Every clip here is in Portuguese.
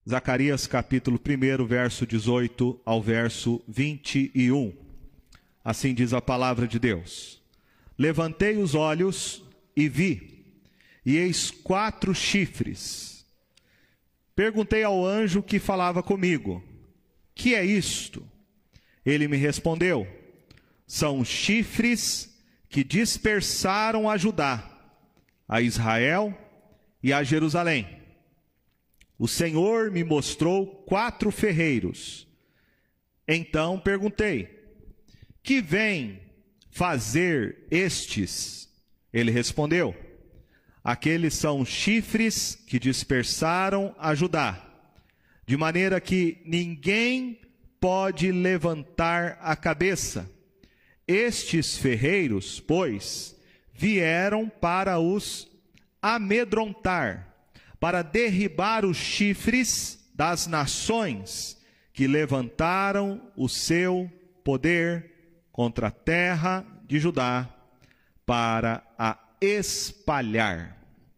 Zacarias capítulo 1, verso 18 ao verso 21. Assim diz a palavra de Deus. Levantei os olhos e vi, e eis 4 chifres. Perguntei ao anjo que falava comigo: que é isto? Ele me respondeu: são chifres que dispersaram a Judá, a Israel e a Jerusalém. O Senhor me mostrou 4 ferreiros. Então perguntei: que vêm fazer estes? Ele respondeu: aqueles são chifres que dispersaram a Judá, de maneira que ninguém pode levantar a cabeça. Estes ferreiros, pois, vieram para os amedrontar, para derribar os chifres das nações que levantaram o seu poder contra a terra de Judá, para a espalhar.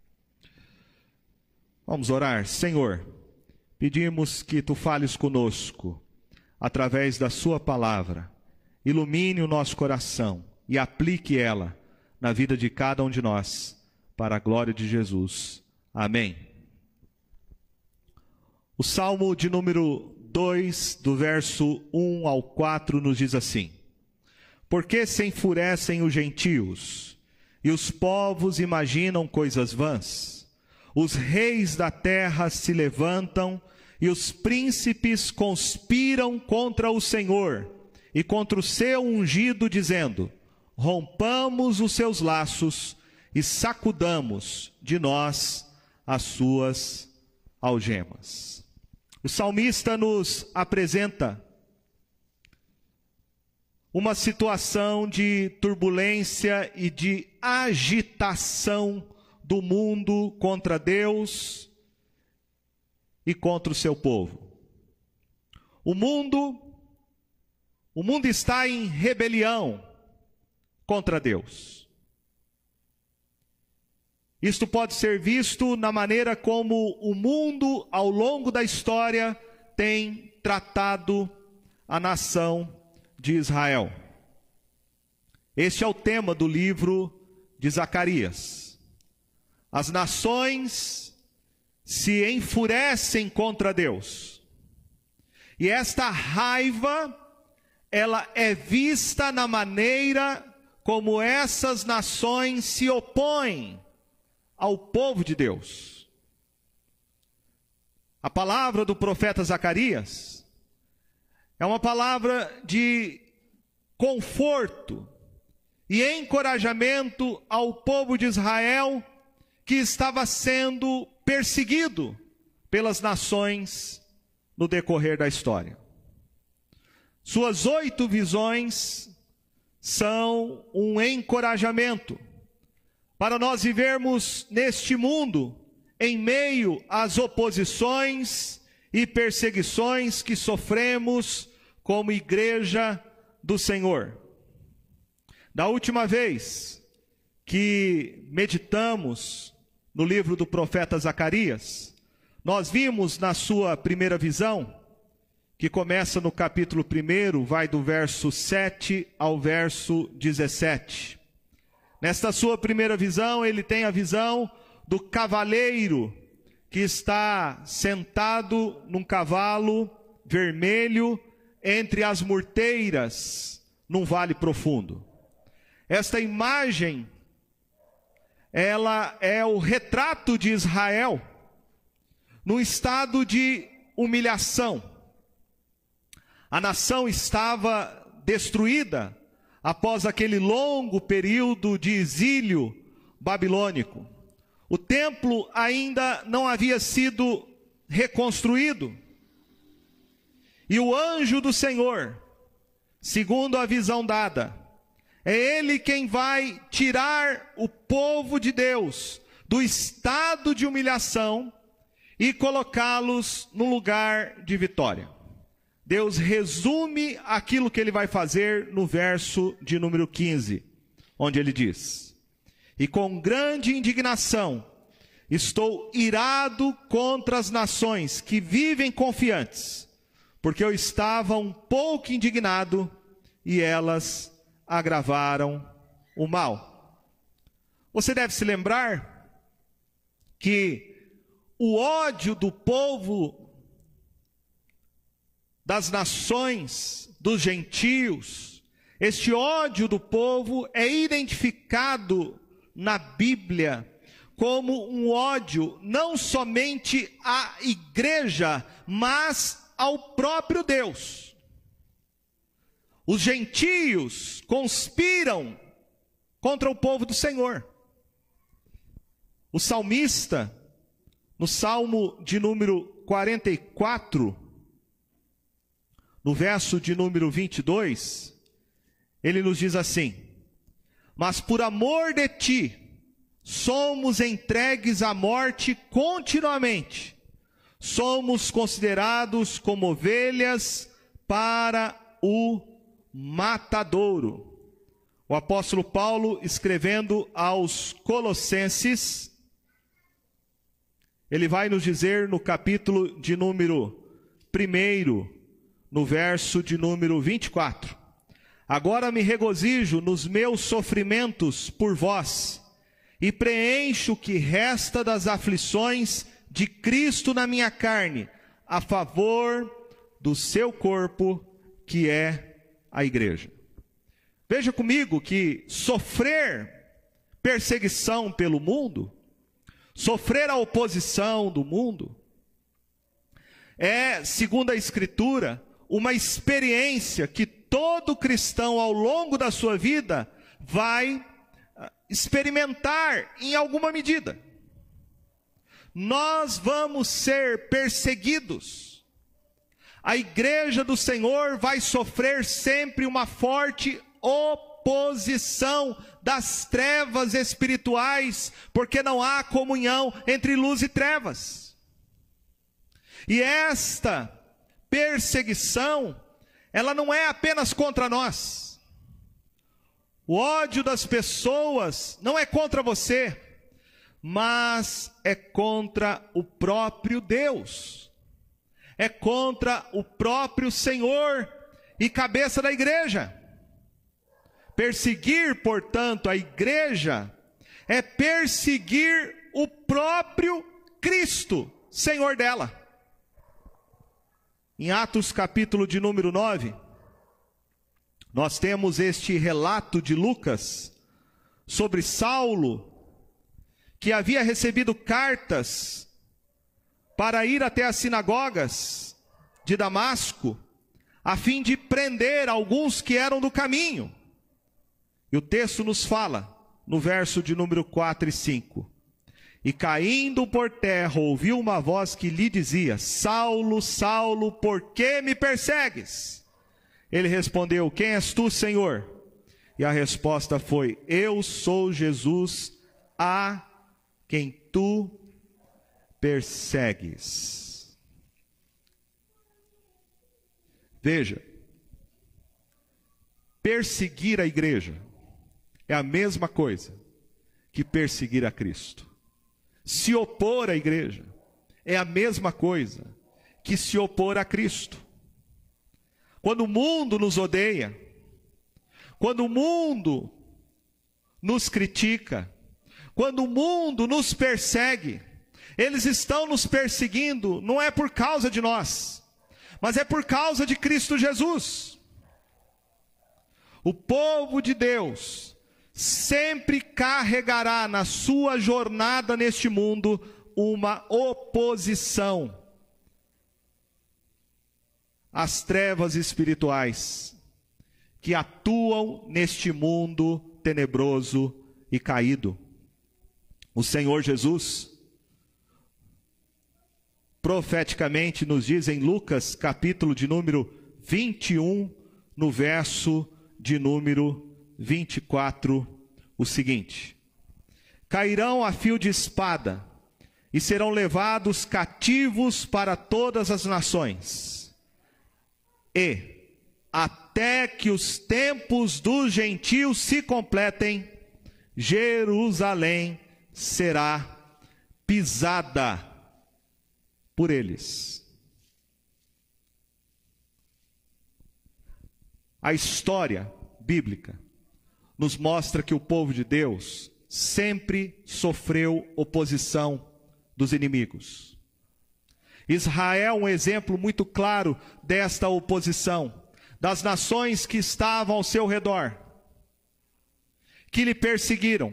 Vamos orar. Senhor, pedimos que Tu fales conosco através da Sua palavra. Ilumine o nosso coração e aplique ela na vida de cada um de nós, para a glória de Jesus. Amém. O Salmo de número 2, do verso 1 ao 4, nos diz assim: por que se enfurecem os gentios, e os povos imaginam coisas vãs? Os reis da terra se levantam, e os príncipes conspiram contra o Senhor e contra o seu ungido, dizendo: rompamos os seus laços e sacudamos de nós as suas algemas. O salmista nos apresenta uma situação de turbulência e de agitação do mundo contra Deus e contra o seu povo. O mundo está em rebelião contra Deus. Isto pode ser visto na maneira como o mundo, ao longo da história, tem tratado a nação de Israel. Este é o tema do livro de Zacarias. As nações se enfurecem contra Deus. E esta raiva, ela é vista na maneira como essas nações se opõem ao povo de Deus. A palavra do profeta Zacarias é uma palavra de conforto e encorajamento ao povo de Israel, que estava sendo perseguido pelas nações no decorrer da história. Suas 8 visões são um encorajamento para nós vivermos neste mundo em meio às oposições e perseguições que sofremos como igreja do Senhor. Da última vez que meditamos no livro do profeta Zacarias, nós vimos na sua primeira visão, que começa no capítulo 1, vai do verso 7 ao verso 17. Nesta sua primeira visão, ele tem a visão do cavaleiro que está sentado num cavalo vermelho entre as murteiras, num vale profundo. Esta imagem, ela é o retrato de Israel num estado de humilhação. A nação estava destruída após aquele longo período de exílio babilônico. O templo ainda não havia sido reconstruído. E o anjo do Senhor, segundo a visão dada, é ele quem vai tirar o povo de Deus do estado de humilhação e colocá-los no lugar de vitória. Deus resume aquilo que ele vai fazer no verso de número 15, onde ele diz: e com grande indignação estou irado contra as nações que vivem confiantes, porque eu estava um pouco indignado e elas agravaram o mal. Você deve se lembrar que o ódio do povo, das nações, dos gentios, este ódio do povo é identificado na Bíblia como um ódio não somente à igreja, mas ao próprio Deus. Os gentios conspiram contra o povo do Senhor. O salmista, no Salmo de número 44, no verso de número 22, ele nos diz assim: mas por amor de ti, somos entregues à morte continuamente. Somos considerados como ovelhas para o matadouro. O apóstolo Paulo, escrevendo aos Colossenses, ele vai nos dizer no capítulo de número 1, no verso de número 24: agora me regozijo nos meus sofrimentos por vós, e preencho o que resta das aflições de Cristo na minha carne, a favor do seu corpo, que é a igreja. Veja comigo que sofrer perseguição pelo mundo, sofrer a oposição do mundo, é, segundo a Escritura, uma experiência que todo cristão ao longo da sua vida vai experimentar em alguma medida. Nós vamos ser perseguidos. A igreja do Senhor vai sofrer sempre uma forte oposição das trevas espirituais, porque não há comunhão entre luz e trevas. E esta perseguição, ela não é apenas contra nós. O ódio das pessoas não é contra você, mas é contra o próprio Deus. É contra o próprio Senhor e cabeça da igreja. Perseguir, portanto, a igreja é perseguir o próprio Cristo, Senhor dela. Em Atos capítulo de número 9, nós temos este relato de Lucas sobre Saulo, que havia recebido cartas para ir até as sinagogas de Damasco, a fim de prender alguns que eram do caminho. E o texto nos fala, no verso de número 4 e 5, e caindo por terra, ouviu uma voz que lhe dizia: Saulo, Saulo, por que me persegues? Ele respondeu: quem és tu, Senhor? E a resposta foi: eu sou Jesus, a quem tu persegues. Veja, perseguir a igreja é a mesma coisa que perseguir a Cristo. Se opor à igreja é a mesma coisa que se opor a Cristo. Quando o mundo nos odeia, quando o mundo nos critica, quando o mundo nos persegue, eles estão nos perseguindo, não é por causa de nós, mas é por causa de Cristo Jesus. O povo de Deus sempre carregará na sua jornada neste mundo uma oposição às trevas espirituais que atuam neste mundo tenebroso e caído. O Senhor Jesus profeticamente nos diz em Lucas capítulo de número 21, no verso de número 24, o seguinte: cairão a fio de espada e serão levados cativos para todas as nações, e até que os tempos dos gentios se completem, Jerusalém será pisada por eles. A história bíblica nos mostra que o povo de Deus sempre sofreu oposição dos inimigos. Israel é um exemplo muito claro desta oposição, das nações que estavam ao seu redor, que lhe perseguiram.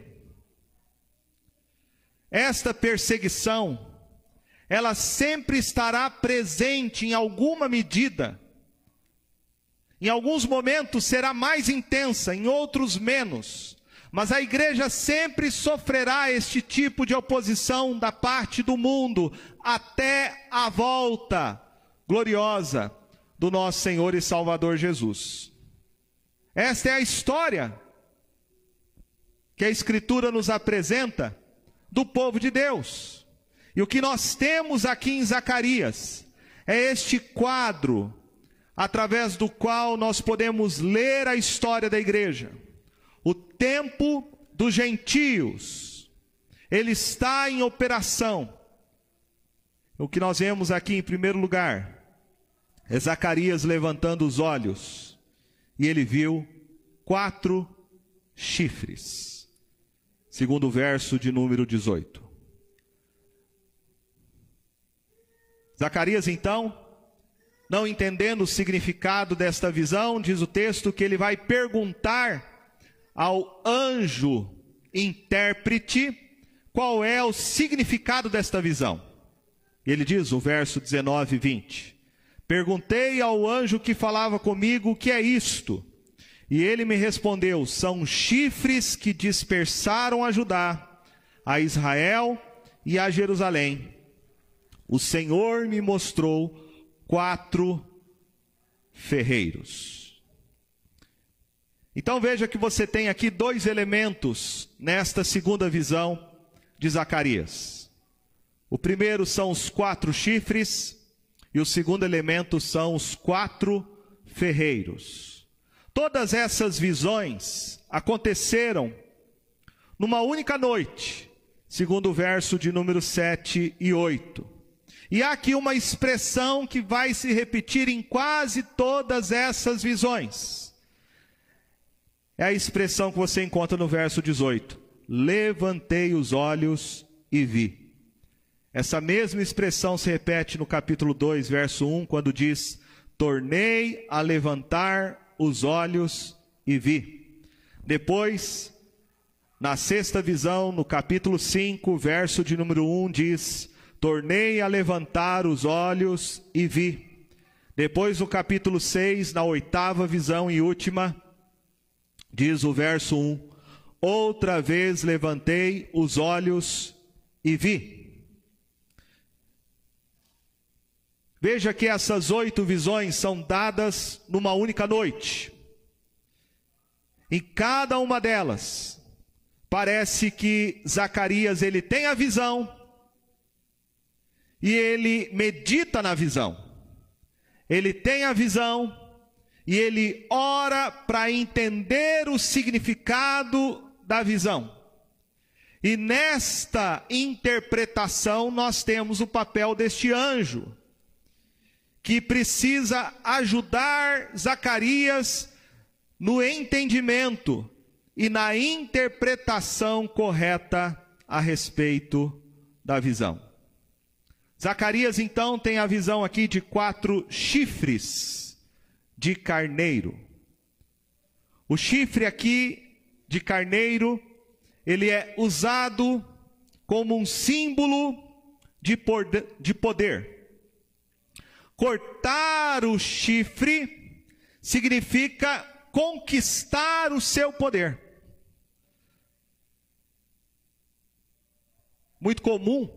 Esta perseguição, ela sempre estará presente em alguma medida. Em alguns momentos será mais intensa, em outros menos. Mas a igreja sempre sofrerá este tipo de oposição da parte do mundo, até a volta gloriosa do nosso Senhor e Salvador Jesus. Esta é a história que a Escritura nos apresenta do povo de Deus. E o que nós temos aqui em Zacarias é este quadro, através do qual nós podemos ler a história da igreja. O tempo dos gentios, ele está em operação. O que nós vemos aqui em primeiro lugar é Zacarias levantando os olhos e ele viu 4 chifres, segundo o verso de número 18. Zacarias então, não entendendo o significado desta visão, diz o texto que ele vai perguntar ao anjo intérprete qual é o significado desta visão. E ele diz, o verso 19 e 20: perguntei ao anjo que falava comigo, o que é isto? E ele me respondeu, são chifres que dispersaram a Judá, a Israel e a Jerusalém. O Senhor me mostrou 4 ferreiros. Então veja que você tem aqui 2 elementos nesta segunda visão de Zacarias. O primeiro são os 4 chifres e o segundo elemento são os 4 ferreiros. Todas essas visões aconteceram numa única noite, segundo o verso de número 7 e 8. E há aqui uma expressão que vai se repetir em quase todas essas visões. É a expressão que você encontra no verso 18. Levantei os olhos e vi. Essa mesma expressão se repete no capítulo 2, verso 1, quando diz, tornei a levantar os olhos e vi. Depois, na sexta visão, no capítulo 5, verso de número 1, diz, tornei a levantar os olhos e vi. Depois, no capítulo 6, na 8ª visão e última, diz o verso 1, outra vez levantei os olhos e vi. Veja que essas 8 visões são dadas numa única noite. Em cada uma delas, parece que Zacarias ele tem a visão e ele medita na visão. Ele tem a visão e ele ora para entender o significado da visão. E nesta interpretação nós temos o papel deste anjo, que precisa ajudar Zacarias no entendimento e na interpretação correta a respeito da visão. Zacarias então tem a visão aqui de 4 chifres de carneiro. O chifre aqui de carneiro, ele é usado como um símbolo de poder. Cortar o chifre significa conquistar o seu poder. Muito comum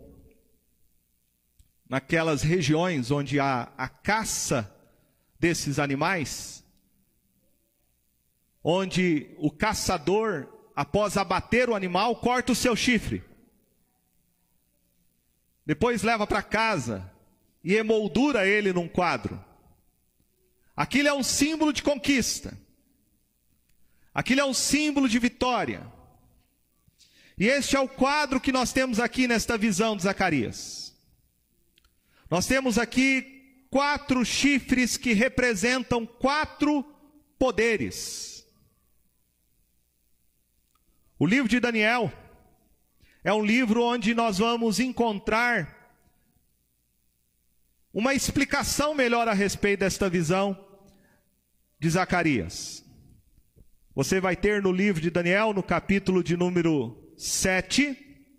naquelas regiões onde há a caça desses animais, onde o caçador, após abater o animal, corta o seu chifre. Depois leva para casa e emoldura ele num quadro. Aquilo é um símbolo de conquista. Aquilo é um símbolo de vitória. E este é o quadro que nós temos aqui nesta visão de Zacarias. Nós temos aqui 4 chifres que representam 4 poderes. O livro de Daniel é um livro onde nós vamos encontrar uma explicação melhor a respeito desta visão de Zacarias. Você vai ter no livro de Daniel, no capítulo de número 7,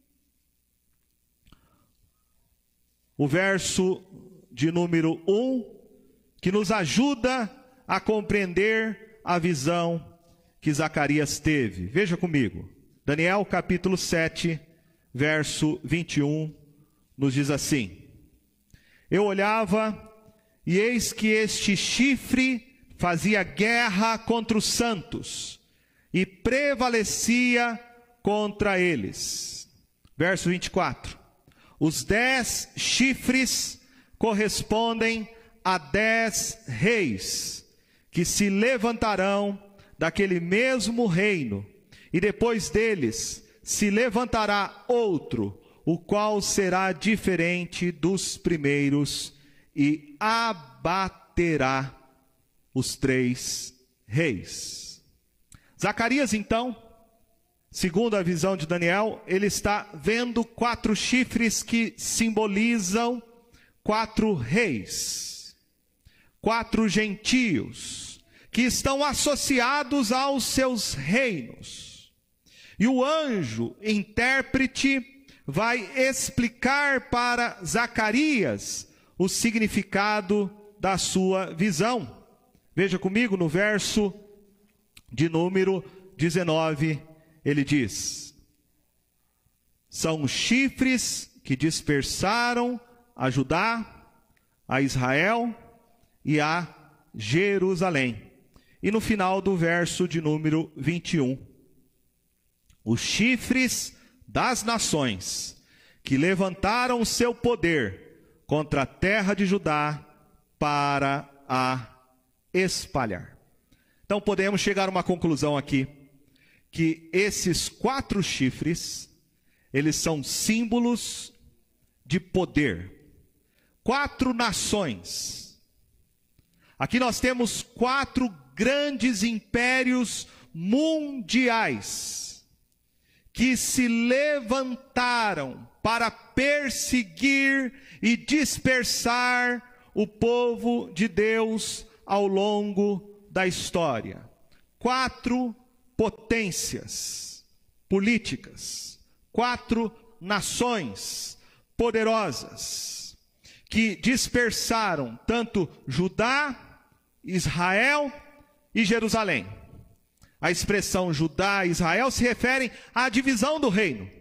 o verso de número 1, que nos ajuda a compreender a visão que Zacarias teve. Veja comigo, Daniel capítulo 7, verso 21, nos diz assim: Eu olhava, e eis que este chifre fazia guerra contra os santos, e prevalecia contra eles. Verso 24. Os 10 chifres correspondem a 10 reis, que se levantarão daquele mesmo reino, e depois deles se levantará outro, o qual será diferente dos primeiros, e abaterá os 3 reis. Zacarias, então, segundo a visão de Daniel, ele está vendo 4 chifres que simbolizam 4 reis, 4 gentios, que estão associados aos seus reinos. E o anjo intérprete vai explicar para Zacarias o significado da sua visão. Veja comigo no verso de número 19, ele diz: São chifres que dispersaram a Judá, a Israel e a Jerusalém. E no final do verso de número 21, os chifres das nações que levantaram o seu poder contra a terra de Judá para a espalhar. Então podemos chegar a uma conclusão aqui, que esses 4 chifres, eles são símbolos de poder. 4 nações. Aqui nós temos 4 grandes impérios mundiais que se levantaram para perseguir e dispersar o povo de Deus ao longo da história. 4 potências políticas, 4 nações poderosas, que dispersaram tanto Judá, Israel e Jerusalém. A expressão Judá e Israel se refere à divisão do reino.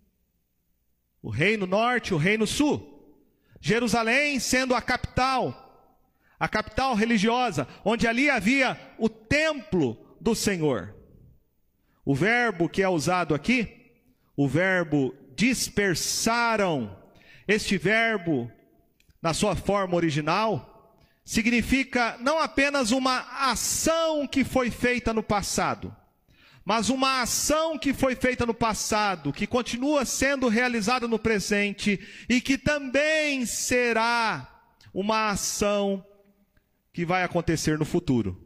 O reino norte, o reino sul. Jerusalém sendo a capital religiosa, onde ali havia o templo do Senhor. O verbo que é usado aqui, o verbo dispersaram, este verbo, na sua forma original, significa não apenas uma ação que foi feita no passado, mas uma ação que foi feita no passado, que continua sendo realizada no presente e que também será uma ação que vai acontecer no futuro.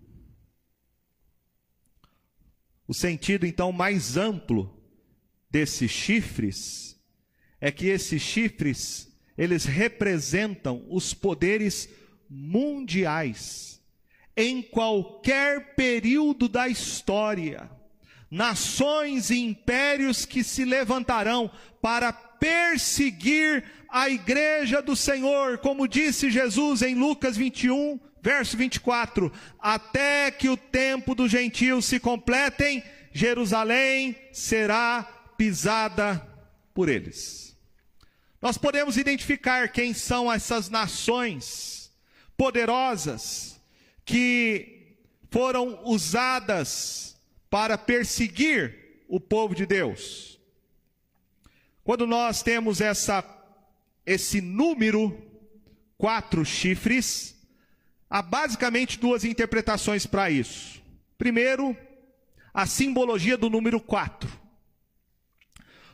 O sentido, então, mais amplo desses chifres é que esses chifres, eles representam os poderes mundiais. Em qualquer período da história, nações e impérios que se levantarão para perseguir a igreja do Senhor, como disse Jesus em Lucas 21, verso 24, até que o tempo dos gentios se completem, Jerusalém será pisada por eles. Nós podemos identificar quem são essas nações poderosas que foram usadas para perseguir o povo de Deus. Quando nós temos esse número, 4 chifres, há basicamente 2 interpretações para isso. Primeiro, a simbologia do número 4.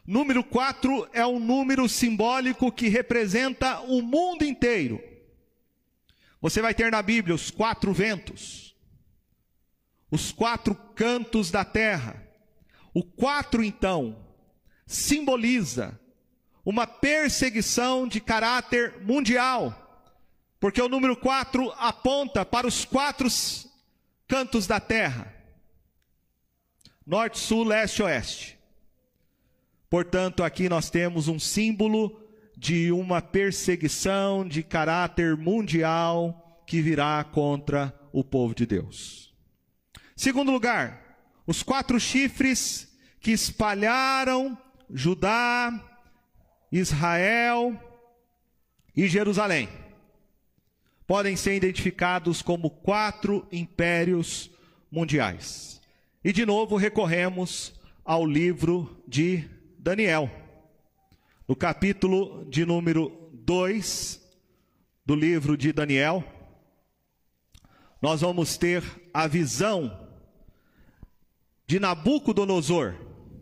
Número 4 é um número simbólico que representa o mundo inteiro. Você vai ter na Bíblia os 4 ventos, os 4 cantos da terra. O 4, então, simboliza uma perseguição de caráter mundial, porque o número 4 aponta para os 4 cantos da terra: norte, sul, leste, oeste. Portanto, aqui nós temos um símbolo de uma perseguição de caráter mundial que virá contra o povo de Deus. Segundo lugar, os 4 chifres que espalharam Judá, Israel e Jerusalém podem ser identificados como 4 impérios mundiais. E de novo recorremos ao livro de Daniel. No capítulo de número 2 do livro de Daniel, nós vamos ter a visão de Nabucodonosor.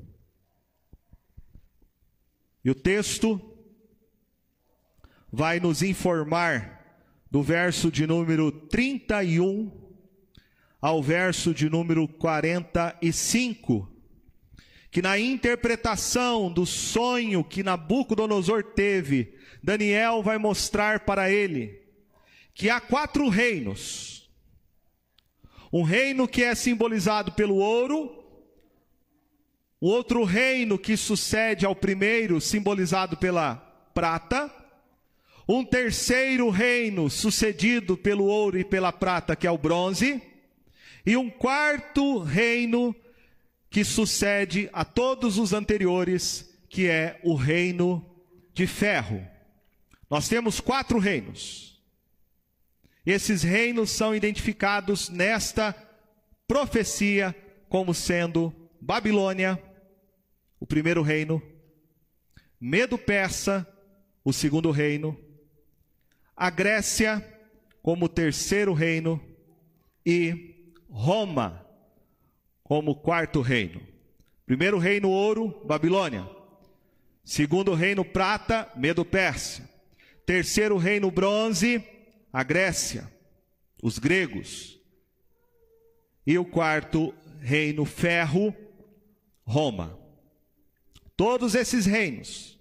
E o texto vai nos informar do verso de número 31 ao verso de número 45, que na interpretação do sonho que Nabucodonosor teve, Daniel vai mostrar para ele que há 4 reinos. Um reino que é simbolizado pelo ouro, o outro reino que sucede ao primeiro, simbolizado pela prata, um terceiro reino sucedido pelo ouro e pela prata, que é o bronze, e um 4º reino que sucede a todos os anteriores, que é o reino de ferro. Nós temos 4 reinos. Esses reinos são identificados nesta profecia como sendo Babilônia, o primeiro reino, Medo-Persa, o segundo reino, a Grécia como o terceiro reino e Roma como o 4º reino. Primeiro reino ouro, Babilônia. Segundo reino prata, Medo-Persa. Terceiro reino bronze, a Grécia, os gregos. E o 4º reino ferro, Roma. Todos esses reinos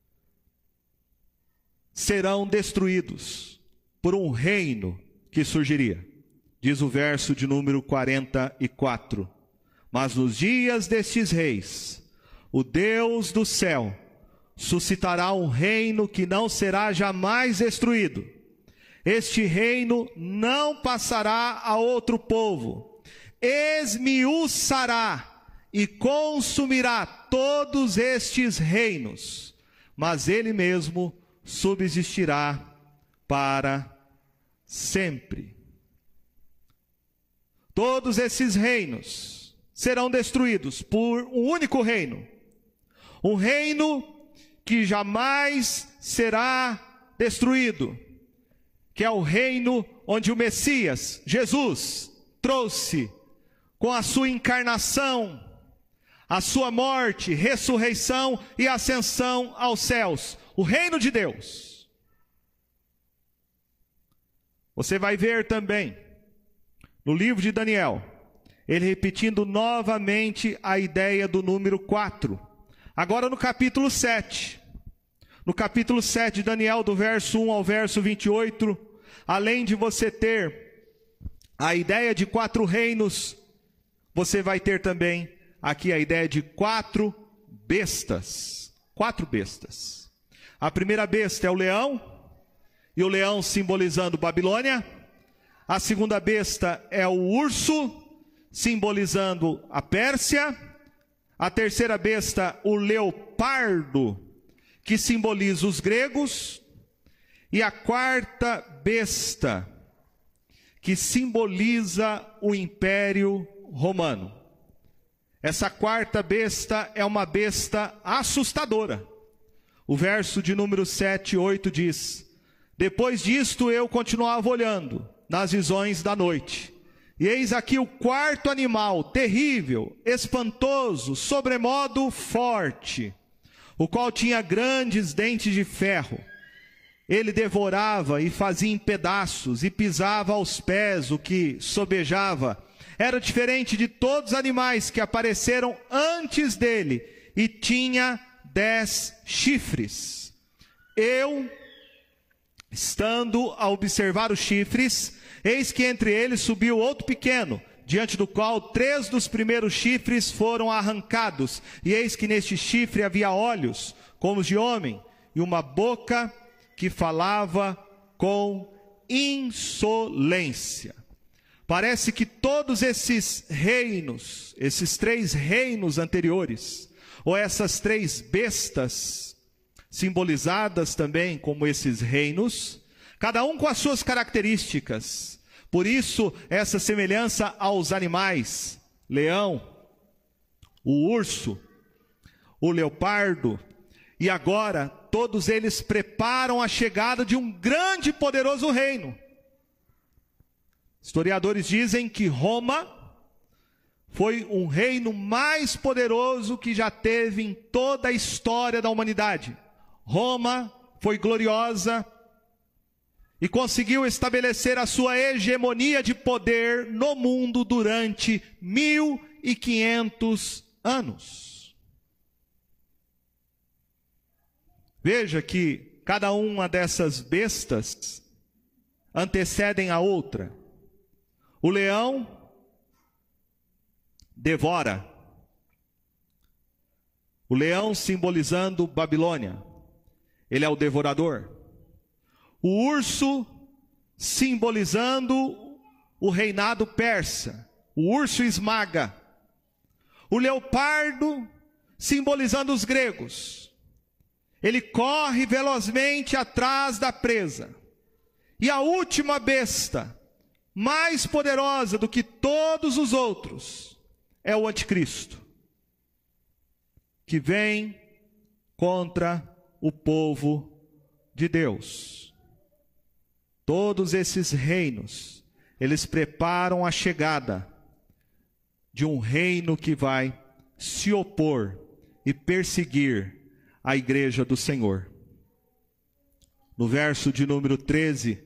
serão destruídos por um reino que surgiria. Diz o verso de número 44. Mas nos dias destes reis, o Deus do céu suscitará um reino que não será jamais destruído. Este reino não passará a outro povo. Esmiuçará e consumirá todos estes reinos, mas ele mesmo subsistirá para sempre. Todos esses reinos serão destruídos por um único reino. Um reino que jamais será destruído, que é o reino onde o Messias, Jesus, trouxe com a sua encarnação, a sua morte, ressurreição e ascensão aos céus. O reino de Deus. Você vai ver também no livro de Daniel, ele repetindo novamente a ideia do número 4. Agora no capítulo 7. No capítulo 7 de Daniel, do verso 1 ao verso 28, além de você ter a ideia de 4 reinos, você vai ter também aqui a ideia de 4 bestas. 4 bestas. A primeira besta é o leão, e o leão simbolizando Babilônia. A segunda besta é o urso, simbolizando a Pérsia. A terceira besta, o leopardo, que simboliza os gregos. E a 4ª besta, que simboliza o Império Romano. Essa 4ª besta é uma besta assustadora. O verso de número 7 e 8 diz: depois disto eu continuava olhando nas visões da noite, e eis aqui o 4º animal, terrível, espantoso, sobremodo forte. o qual tinha grandes dentes de ferro. Ele devorava e fazia em pedaços, e pisava aos pés o que sobejava. Era diferente de todos os animais que apareceram antes dele, e tinha 10 chifres. Eu, estando a observar os chifres, eis que entre eles subiu outro pequeno, diante do qual 3 dos primeiros chifres foram arrancados. E eis que neste chifre havia olhos, como os de homem, e uma boca que falava com insolência. Parece que todos esses reinos, esses 3 reinos anteriores, ou essas 3 bestas, simbolizadas também como esses reinos, cada um com as suas características. Por isso, essa semelhança aos animais: leão, o urso, o leopardo, e agora todos eles preparam a chegada de um grande e poderoso reino. Historiadores dizem que Roma foi um reino mais poderoso que já teve em toda a história da humanidade. Roma foi gloriosa e conseguiu estabelecer a sua hegemonia de poder no mundo durante 1500 anos. Veja que cada uma dessas bestas antecedem a outra. O leão devora. O leão simbolizando Babilônia. Ele é o devorador. O urso simbolizando o reinado persa. O urso esmaga. O leopardo simbolizando os gregos. Ele corre velozmente atrás da presa. E a última besta, mais poderosa do que todos os outros, é o anticristo, que vem contra o povo de Deus. Todos esses reinos, eles preparam a chegada de um reino que vai se opor e perseguir a igreja do Senhor. No verso de número 13,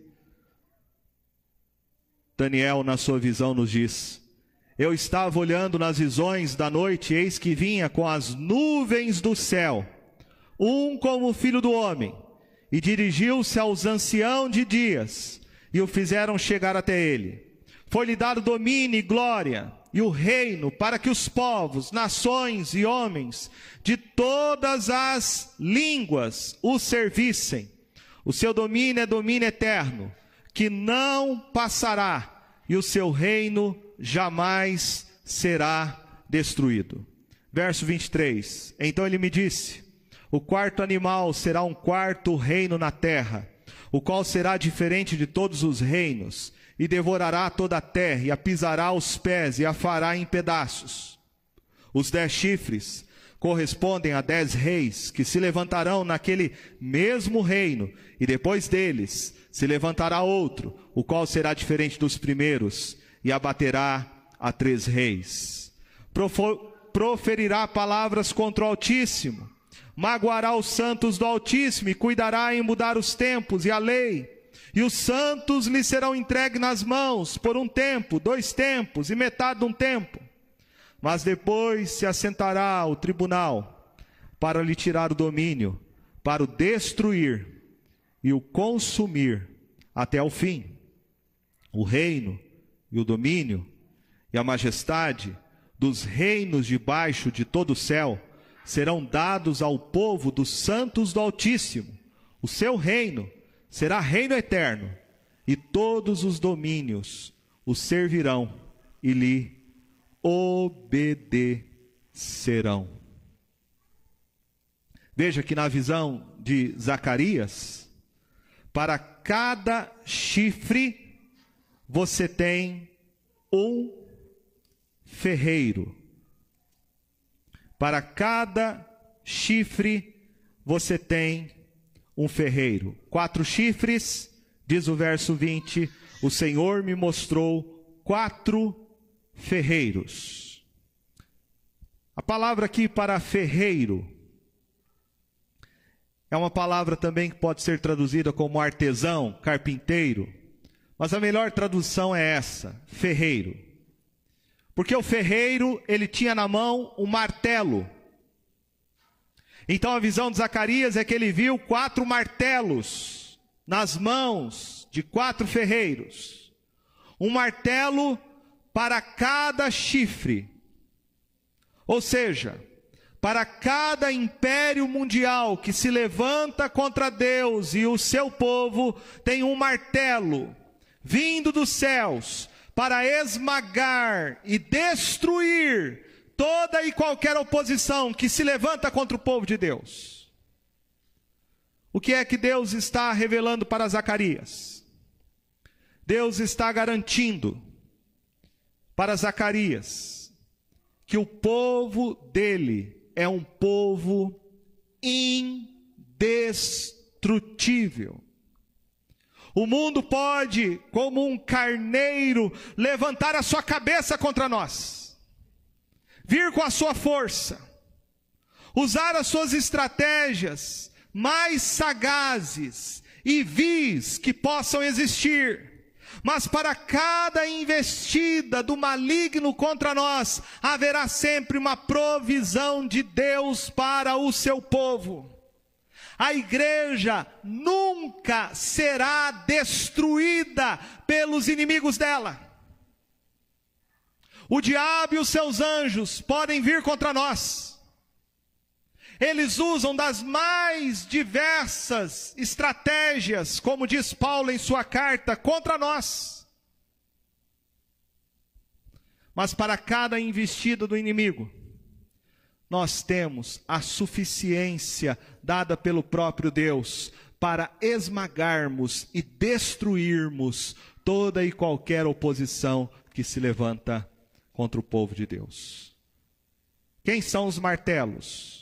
Daniel, na sua visão, nos diz: eu estava olhando nas visões da noite, eis que vinha com as nuvens do céu, um como o filho do homem, e dirigiu-se aos anciãos de dias, e o fizeram chegar até ele. Foi-lhe dado domínio e glória, e o reino, para que os povos, nações e homens de todas as línguas o servissem. O seu domínio é domínio eterno, que não passará, e o seu reino jamais será destruído. Verso 23. Então ele me disse: o quarto animal será um quarto reino na terra, o qual será diferente de todos os reinos, e devorará toda a terra, e a pisará aos pés, e a fará em pedaços. Os 10 chifres correspondem a 10 reis, que se levantarão naquele mesmo reino, e depois deles se levantará outro, o qual será diferente dos primeiros, e abaterá a 3 reis. Proferirá palavras contra o Altíssimo, magoará os santos do Altíssimo, e cuidará em mudar os tempos e a lei. E os santos lhe serão entregues nas mãos por um tempo, 2 tempos e metade de um tempo. Mas depois se assentará o tribunal para lhe tirar o domínio, para o destruir e o consumir até o fim. O reino e o domínio e a majestade dos reinos debaixo de todo o céu serão dados ao povo dos santos do Altíssimo. O seu reino será reino eterno, e todos os domínios o servirão e lhe obedecerão. Veja que na visão de Zacarias, para cada chifre você tem um ferreiro. Para cada chifre você tem um ferreiro. 4 chifres, diz o verso 20, o Senhor me mostrou 4 ferreiros. A palavra aqui para ferreiro é uma palavra também que pode ser traduzida como artesão, carpinteiro. Mas a melhor tradução é essa, ferreiro. Porque o ferreiro, ele tinha na mão um martelo. Então a visão de Zacarias é que ele viu 4 martelos nas mãos de 4 ferreiros. Um martelo para cada chifre. Ou seja, para cada império mundial que se levanta contra Deus e o seu povo, tem um martelo vindo dos céus para esmagar e destruir toda e qualquer oposição que se levanta contra o povo de Deus. O que é que Deus está revelando para Zacarias? Deus está garantindo para Zacarias que o povo dele é um povo indestrutível. O mundo pode, como um carneiro, levantar a sua cabeça contra nós, vir com a sua força, usar as suas estratégias mais sagazes e vis que possam existir. Mas para cada investida do maligno contra nós, haverá sempre uma provisão de Deus para o seu povo. A igreja nunca será destruída pelos inimigos dela. O diabo e os seus anjos podem vir contra nós. Eles usam das mais diversas estratégias, como diz Paulo em sua carta, contra nós. Mas para cada investida do inimigo, nós temos a suficiência dada pelo próprio Deus para esmagarmos e destruirmos toda e qualquer oposição que se levanta contra o povo de Deus. Quem são os martelos?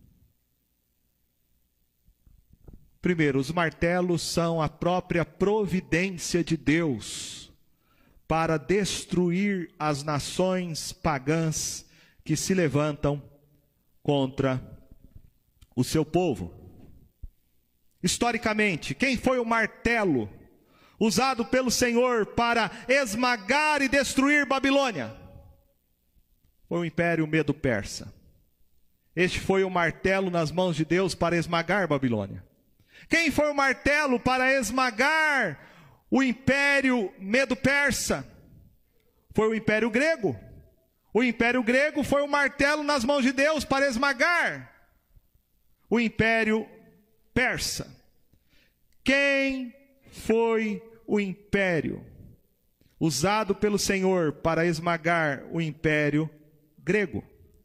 Primeiro, os martelos são a própria providência de Deus para destruir as nações pagãs que se levantam contra o seu povo. Historicamente, quem foi o martelo usado pelo Senhor para esmagar e destruir Babilônia? Foi o Império Medo-Persa. Este foi o martelo nas mãos de Deus para esmagar Babilônia. Quem foi o martelo para esmagar o Império Medo-Persa? Foi o Império Grego. O Império Grego foi o martelo nas mãos de Deus para esmagar o Império Persa. Quem foi o império usado pelo Senhor para esmagar o Império Grego?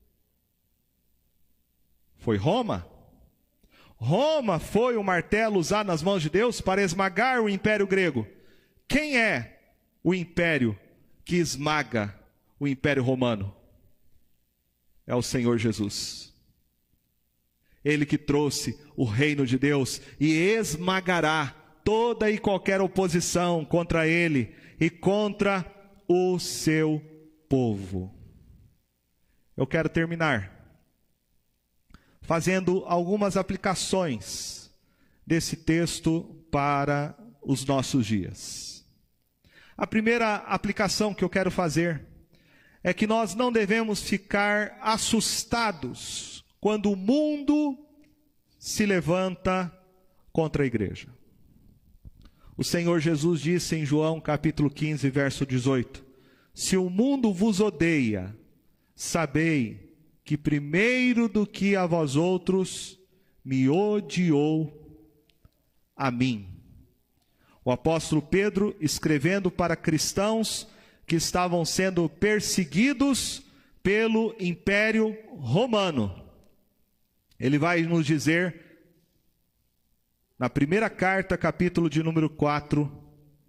Foi Roma. Roma foi o martelo usado nas mãos de Deus para esmagar o Império Grego. Quem é o império que esmaga o Império Romano? É o Senhor Jesus. Ele que trouxe o reino de Deus e esmagará toda e qualquer oposição contra ele e contra o seu povo. Eu quero terminar fazendo algumas aplicações desse texto para os nossos dias. A primeira aplicação que eu quero fazer é que nós não devemos ficar assustados quando o mundo se levanta contra a igreja. O Senhor Jesus disse em João capítulo 15, verso 18: se o mundo vos odeia, sabei que primeiro do que a vós outros, me odiou a mim. O apóstolo Pedro, escrevendo para cristãos que estavam sendo perseguidos pelo Império Romano, ele vai nos dizer, na primeira carta, capítulo de número 4,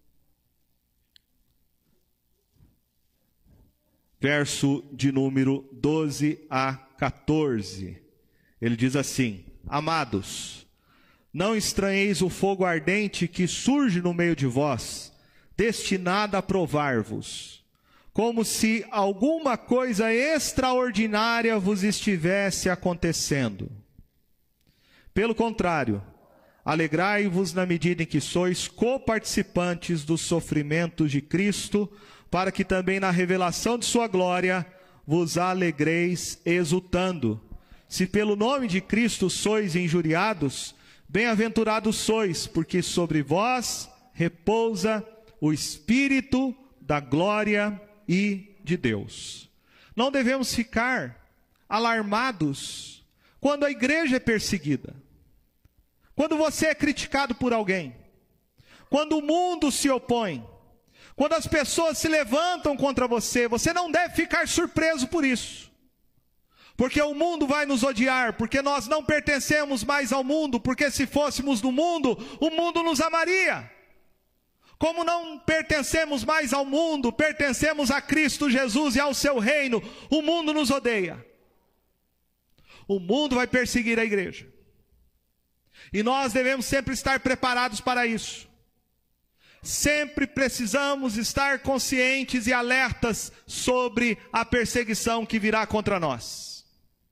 verso de número 12 a 14. Ele diz assim: amados, não estranheis o fogo ardente que surge no meio de vós, destinado a provar-vos, como se alguma coisa extraordinária vos estivesse acontecendo. Pelo contrário, alegrai-vos na medida em que sois coparticipantes dos sofrimentos de Cristo, para que também na revelação de sua glória vos alegreis exultando. Se pelo nome de Cristo sois injuriados, bem-aventurados sois, porque sobre vós repousa o Espírito da glória e de Deus. Não devemos ficar alarmados quando a igreja é perseguida, quando você é criticado por alguém, quando o mundo se opõe, quando as pessoas se levantam contra você. Você não deve ficar surpreso por isso, porque o mundo vai nos odiar, porque nós não pertencemos mais ao mundo, porque se fôssemos do mundo, o mundo nos amaria. Como não pertencemos mais ao mundo, pertencemos a Cristo Jesus e ao seu reino, o mundo nos odeia. O mundo vai perseguir a igreja. E nós devemos sempre estar preparados para isso. Sempre precisamos estar conscientes e alertas sobre a perseguição que virá contra nós.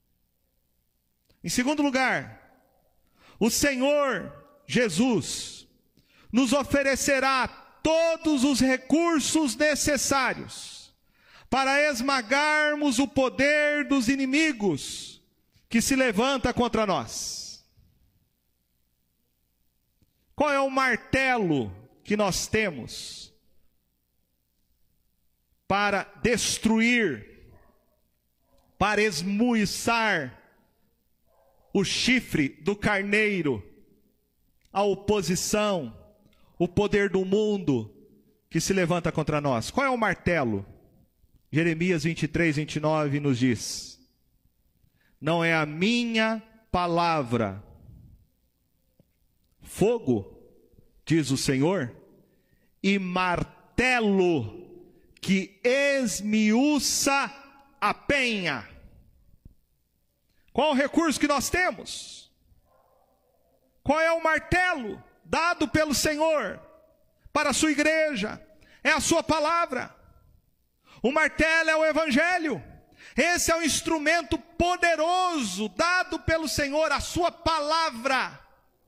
Em segundo lugar, o Senhor Jesus nos oferecerá todos os recursos necessários para esmagarmos o poder dos inimigos que se levanta contra nós. Qual é o martelo que nós temos para destruir, para esmuiçar o chifre do carneiro, a oposição, o poder do mundo que se levanta contra nós? Qual é o martelo? Jeremias 23, 29 nos diz: não é a minha palavra fogo, diz o Senhor, e martelo que esmiuça a penha. Qual o recurso que nós temos? Qual é o martelo dado pelo Senhor para a sua igreja? É a sua palavra. O martelo é o Evangelho. Esse é o instrumento poderoso dado pelo Senhor, a sua palavra.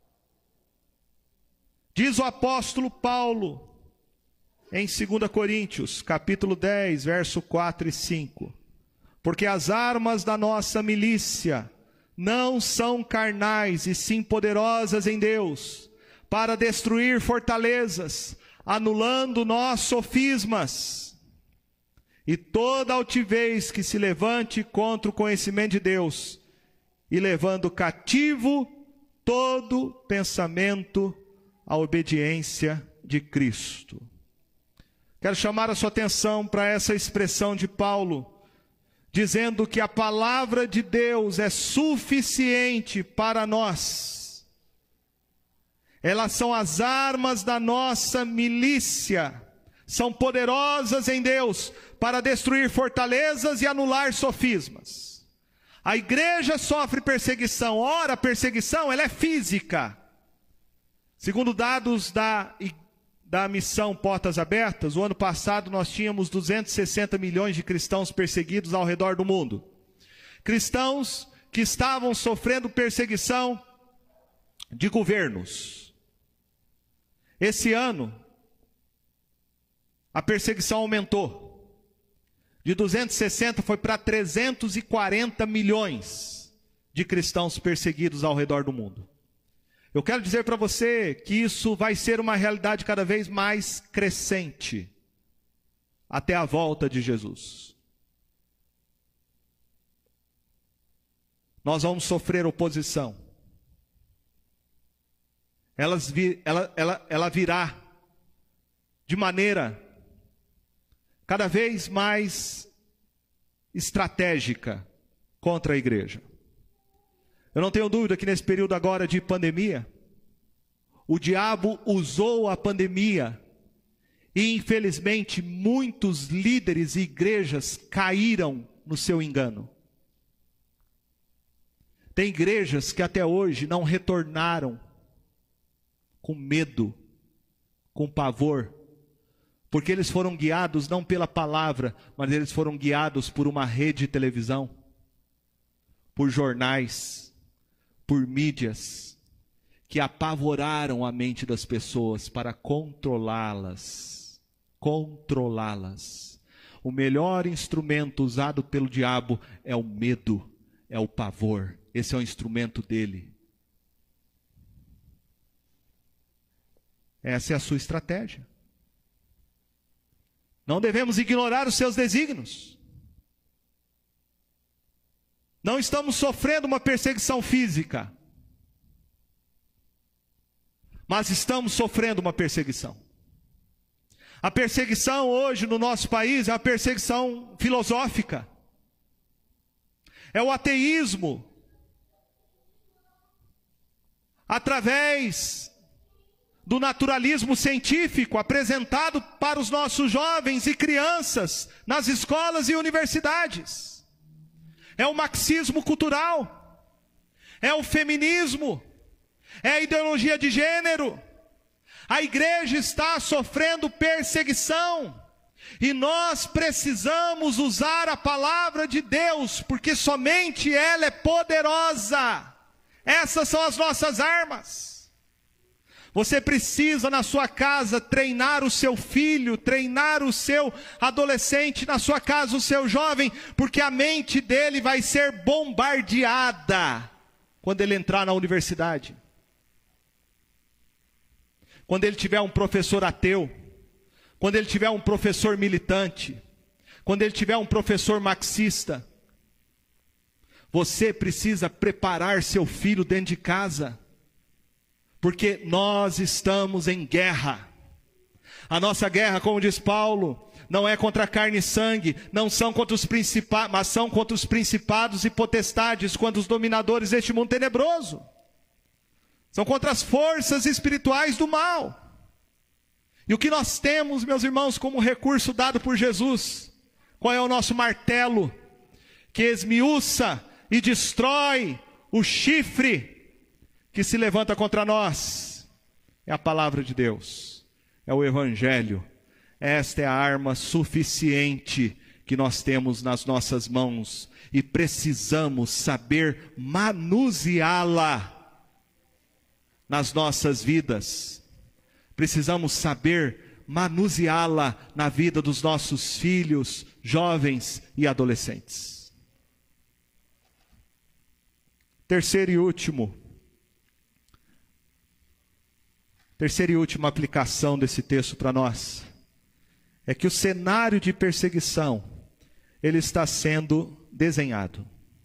Diz o apóstolo Paulo em 2 Coríntios, capítulo 10, verso 4 e 5. Porque as armas da nossa milícia não são carnais, e sim poderosas em Deus, para destruir fortalezas, anulando nós sofismas, e toda altivez que se levante contra o conhecimento de Deus, e levando cativo todo pensamento à obediência de Cristo. Quero chamar a sua atenção para essa expressão de Paulo, dizendo que a palavra de Deus é suficiente para nós. Elas são as armas da nossa milícia, são poderosas em Deus para destruir fortalezas e anular sofismas. A igreja sofre perseguição. Ora, a perseguição ela é física. Segundo dados da missão Portas Abertas, o ano passado nós tínhamos 260 milhões de cristãos perseguidos ao redor do mundo. Cristãos que estavam sofrendo perseguição de governos. Esse ano, a perseguição aumentou. De 260 foi para 340 milhões de cristãos perseguidos ao redor do mundo. Eu quero dizer para você que isso vai ser uma realidade cada vez mais crescente até a volta de Jesus. Nós vamos sofrer oposição. Ela virá de maneira cada vez mais estratégica contra a igreja. Eu não tenho dúvida que nesse período agora de pandemia, o diabo usou a pandemia e infelizmente muitos líderes e igrejas caíram no seu engano. Tem igrejas que até hoje não retornaram com medo, com pavor, porque eles foram guiados não pela palavra, mas eles foram guiados por uma rede de televisão, por jornais, por mídias que apavoraram a mente das pessoas para controlá-las. Controlá-las. O melhor instrumento usado pelo diabo é o medo, é o pavor. Esse é o instrumento dele. Essa é a sua estratégia. Não devemos ignorar os seus desígnios. Não estamos sofrendo uma perseguição física, mas estamos sofrendo uma perseguição. A perseguição hoje no nosso país é a perseguição filosófica. É o ateísmo. Através do naturalismo científico apresentado para os nossos jovens e crianças nas escolas e universidades. É o marxismo cultural. É o feminismo. É a ideologia de gênero. A igreja está sofrendo perseguição. E nós precisamos usar a palavra de Deus, porque somente ela é poderosa. Essas são as nossas armas. Você precisa na sua casa treinar o seu filho, treinar o seu adolescente na sua casa, o seu jovem, porque a mente dele vai ser bombardeada quando ele entrar na universidade. Quando ele tiver um professor ateu, quando ele tiver um professor militante, quando ele tiver um professor marxista, você precisa preparar seu filho dentro de casa, porque nós estamos em guerra. A nossa guerra, como diz Paulo, não é contra carne e sangue, não são contra os principados, mas são contra os principados e potestades, contra os dominadores deste mundo tenebroso. São contra as forças espirituais do mal. E o que nós temos, meus irmãos, como recurso dado por Jesus? Qual é o nosso martelo? Que esmiuça e destrói o chifre que se levanta contra nós. É a palavra de Deus. É o Evangelho. Esta é a arma suficiente que nós temos nas nossas mãos. E precisamos saber manuseá-la nas nossas vidas. Precisamos saber manuseá-la na vida dos nossos filhos, jovens e adolescentes. Terceira e última aplicação desse texto para nós é que o cenário de perseguição ele está sendo desenhado.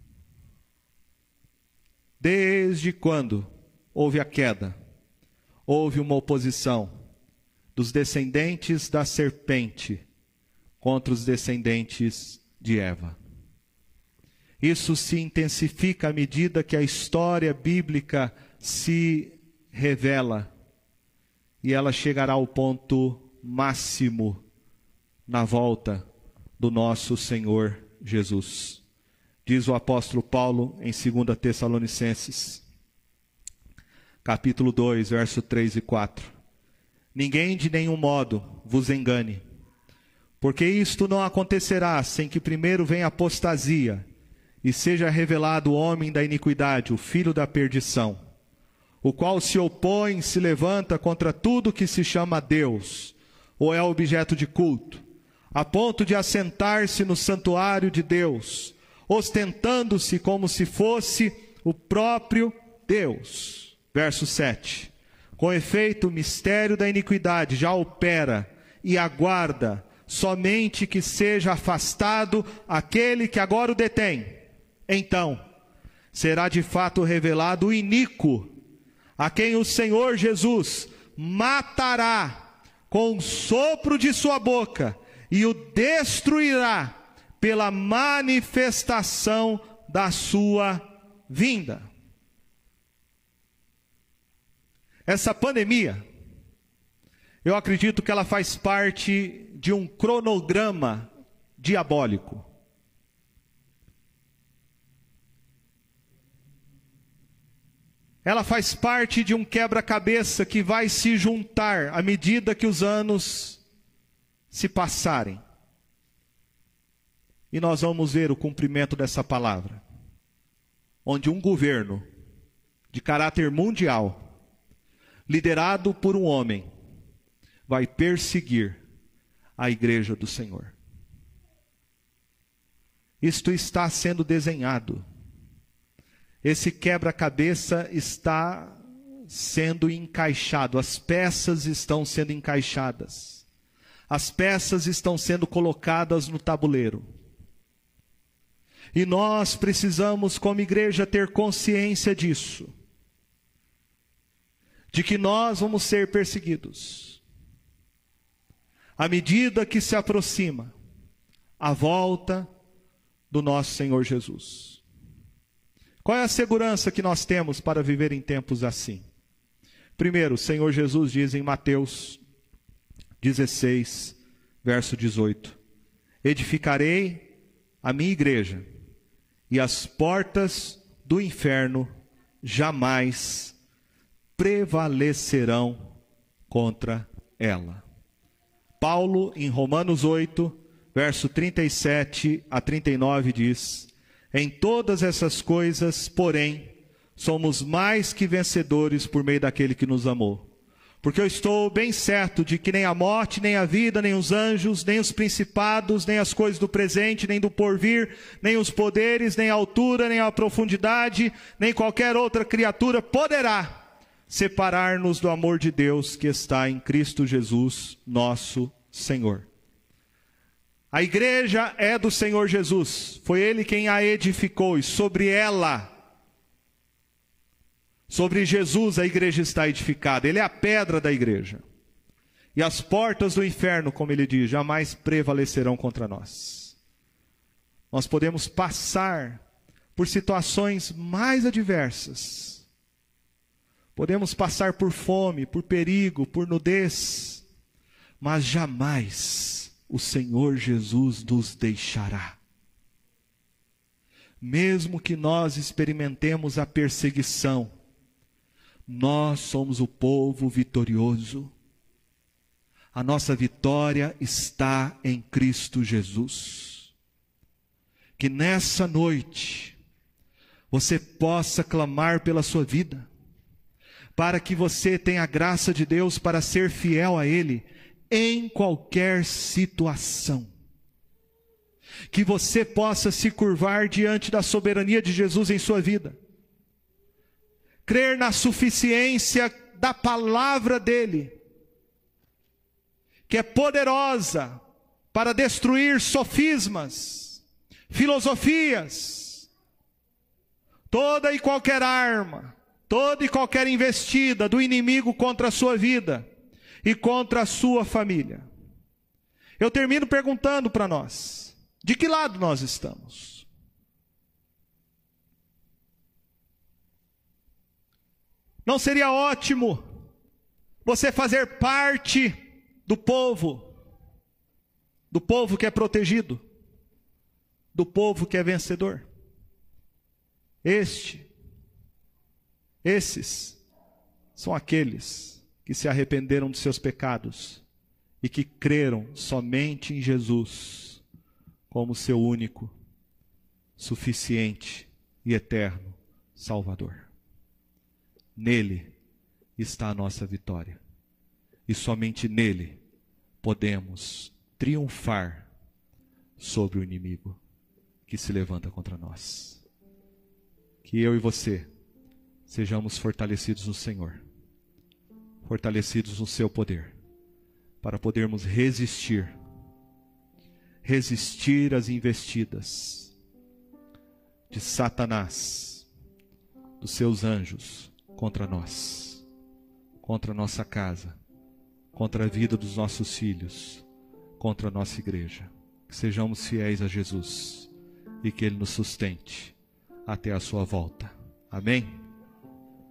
Desde quando houve a queda, houve uma oposição dos descendentes da serpente contra os descendentes de Eva. Isso se intensifica à medida que a história bíblica se revela, e ela chegará ao ponto máximo na volta do nosso Senhor Jesus. Diz o apóstolo Paulo em 2 Tessalonicenses, capítulo 2, verso 3 e 4. Ninguém de nenhum modo vos engane, porque isto não acontecerá sem que primeiro venha a apostasia, e seja revelado o homem da iniquidade, o filho da perdição, o qual se opõe, se levanta contra tudo que se chama Deus, ou é objeto de culto, a ponto de assentar-se no santuário de Deus, ostentando-se como se fosse o próprio Deus. Verso 7. Com efeito, o mistério da iniquidade já opera e aguarda somente que seja afastado aquele que agora o detém. Então, será de fato revelado o iníquo, a quem o Senhor Jesus matará com o sopro de sua boca e o destruirá pela manifestação da sua vinda. Essa pandemia, eu acredito que ela faz parte de um cronograma diabólico. Ela faz parte de um quebra-cabeça que vai se juntar à medida que os anos se passarem. E nós vamos ver o cumprimento dessa palavra, onde um governo de caráter mundial, liderado por um homem, vai perseguir a igreja do Senhor. Isto está sendo desenhado. Esse quebra-cabeça está sendo encaixado, as peças estão sendo encaixadas. As peças estão sendo colocadas no tabuleiro. E nós precisamos, como igreja, ter consciência disso. De que nós vamos ser perseguidos. À medida que se aproxima a volta do nosso Senhor Jesus. Qual é a segurança que nós temos para viver em tempos assim? Primeiro, o Senhor Jesus diz em Mateus 16, verso 18: edificarei a minha igreja, e as portas do inferno jamais prevalecerão contra ela. Paulo, em Romanos 8, verso 37 a 39, diz: em todas essas coisas, porém, somos mais que vencedores por meio daquele que nos amou. Porque eu estou bem certo de que nem a morte, nem a vida, nem os anjos, nem os principados, nem as coisas do presente, nem do porvir, nem os poderes, nem a altura, nem a profundidade, nem qualquer outra criatura poderá separar-nos do amor de Deus que está em Cristo Jesus, nosso Senhor. A igreja é do Senhor Jesus, foi Ele quem a edificou, e sobre ela, sobre Jesus, a igreja está edificada. Ele é a pedra da igreja. E as portas do inferno, como ele diz, jamais prevalecerão contra nós. Nós podemos passar por situações mais adversas. Podemos passar por fome, por perigo, por nudez. Mas jamais o Senhor Jesus nos deixará. Mesmo que nós experimentemos a perseguição, nós somos o povo vitorioso. A nossa vitória está em Cristo Jesus. Que nessa noite você possa clamar pela sua vida, para que você tenha a graça de Deus para ser fiel a Ele em qualquer situação. Que você possa se curvar diante da soberania de Jesus em sua vida. Crer na suficiência da palavra dEle, que é poderosa para destruir sofismas, filosofias, toda e qualquer arma, toda e qualquer investida do inimigo contra a sua vida e contra a sua família. Eu termino perguntando para nós: de que lado nós estamos? Não seria ótimo você fazer parte do povo que é protegido, do povo que é vencedor? Esses são aqueles que se arrependeram de seus pecados e que creram somente em Jesus como seu único, suficiente e eterno Salvador. Nele está a nossa vitória. E somente nele podemos triunfar sobre o inimigo que se levanta contra nós. Que eu e você sejamos fortalecidos no Senhor, fortalecidos no seu poder, para podermos resistir às investidas de Satanás, dos seus anjos, contra nós, contra a nossa casa, contra a vida dos nossos filhos, contra a nossa igreja. Que sejamos fiéis a Jesus e que Ele nos sustente até a sua volta. Amém?